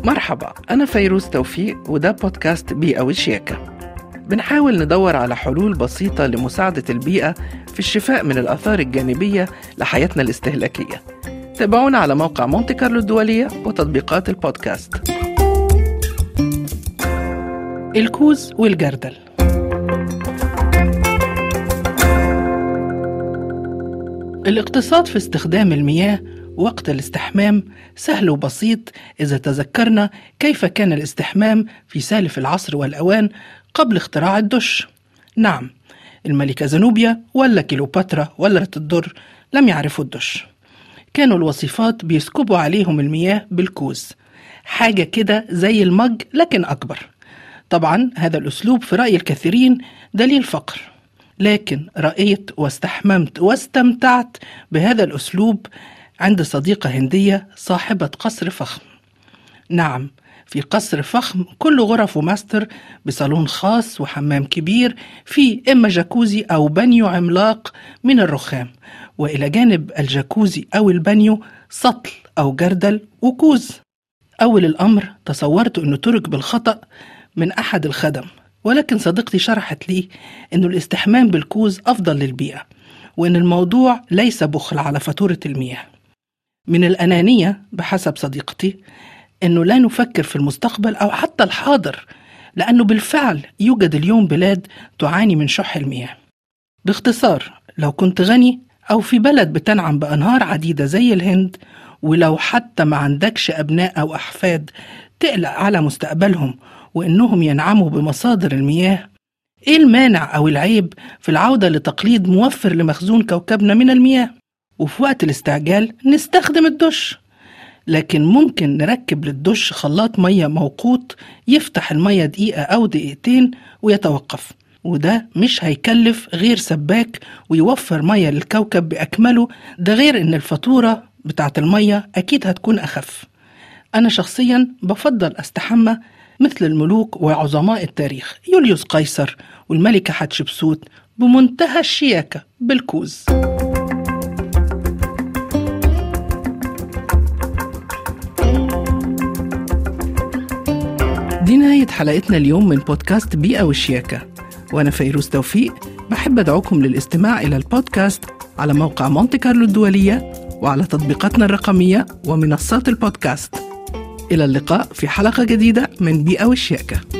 مرحبا، أنا فيروز توفيق وده بودكاست بيئة وشياكة. بنحاول ندور على حلول بسيطة لمساعدة البيئة في الشفاء من الآثار الجانبية لحياتنا الاستهلاكية. تابعونا على موقع مونتي كارلو الدولية وتطبيقات البودكاست. الكوز والجردل. الاقتصاد في استخدام المياه وقت الاستحمام سهل وبسيط إذا تذكرنا كيف كان الاستحمام في سالف العصر والأوان قبل اختراع الدش. نعم، الملكة زنوبيا ولا كيلوباترا ولا الدر لم يعرفوا الدش. كانوا الوصيفات بيسكبوا عليهم المياه بالكوز، حاجة كده زي المج لكن أكبر. طبعا هذا الأسلوب في رأي الكثيرين دليل فقر، لكن رأيت واستحممت واستمتعت بهذا الأسلوب عند صديقة هندية صاحبة قصر فخم. نعم، في قصر فخم كل غرفه ماستر بصالون خاص وحمام كبير فيه إما جاكوزي أو بانيو عملاق من الرخام، وإلى جانب الجاكوزي أو البانيو سطل أو جردل وكوز. أول الأمر تصورت أنه ترك بالخطأ من أحد الخدم، ولكن صديقتي شرحت لي أنه الاستحمام بالكوز أفضل للبيئة، وأن الموضوع ليس بخل على فاتورة المياه. من الأنانية بحسب صديقتي أنه لا نفكر في المستقبل أو حتى الحاضر، لأنه بالفعل يوجد اليوم بلاد تعاني من شح المياه. باختصار، لو كنت غني أو في بلد بتنعم بأنهار عديدة زي الهند، ولو حتى ما عندكش أبناء أو أحفاد تقلق على مستقبلهم وإنهم ينعموا بمصادر المياه، إيه المانع أو العيب في العودة لتقليد موفر لمخزون كوكبنا من المياه، وفي وقت الاستعجال نستخدم الدش. لكن ممكن نركب للدش خلاط مية موقوت يفتح المية دقيقة أو دقيقتين ويتوقف، وده مش هيكلف غير سباك ويوفر مية للكوكب بأكمله. ده غير إن الفاتورة بتاعت المية أكيد هتكون أخف. أنا شخصيا بفضل أستحمى مثل الملوك وعظماء التاريخ، يوليوس قيصر والملكة حتشبسوت، بمنتهى الشياكة بالكوز. دي نهاية حلقتنا اليوم من بودكاست بيئة والشياكة، وأنا فيروز توفيق. بحب أدعوكم للاستماع إلى البودكاست على موقع مونتي كارلو الدولية وعلى تطبيقاتنا الرقمية ومنصات البودكاست. إلى اللقاء في حلقة جديدة من بيئة والشياكة.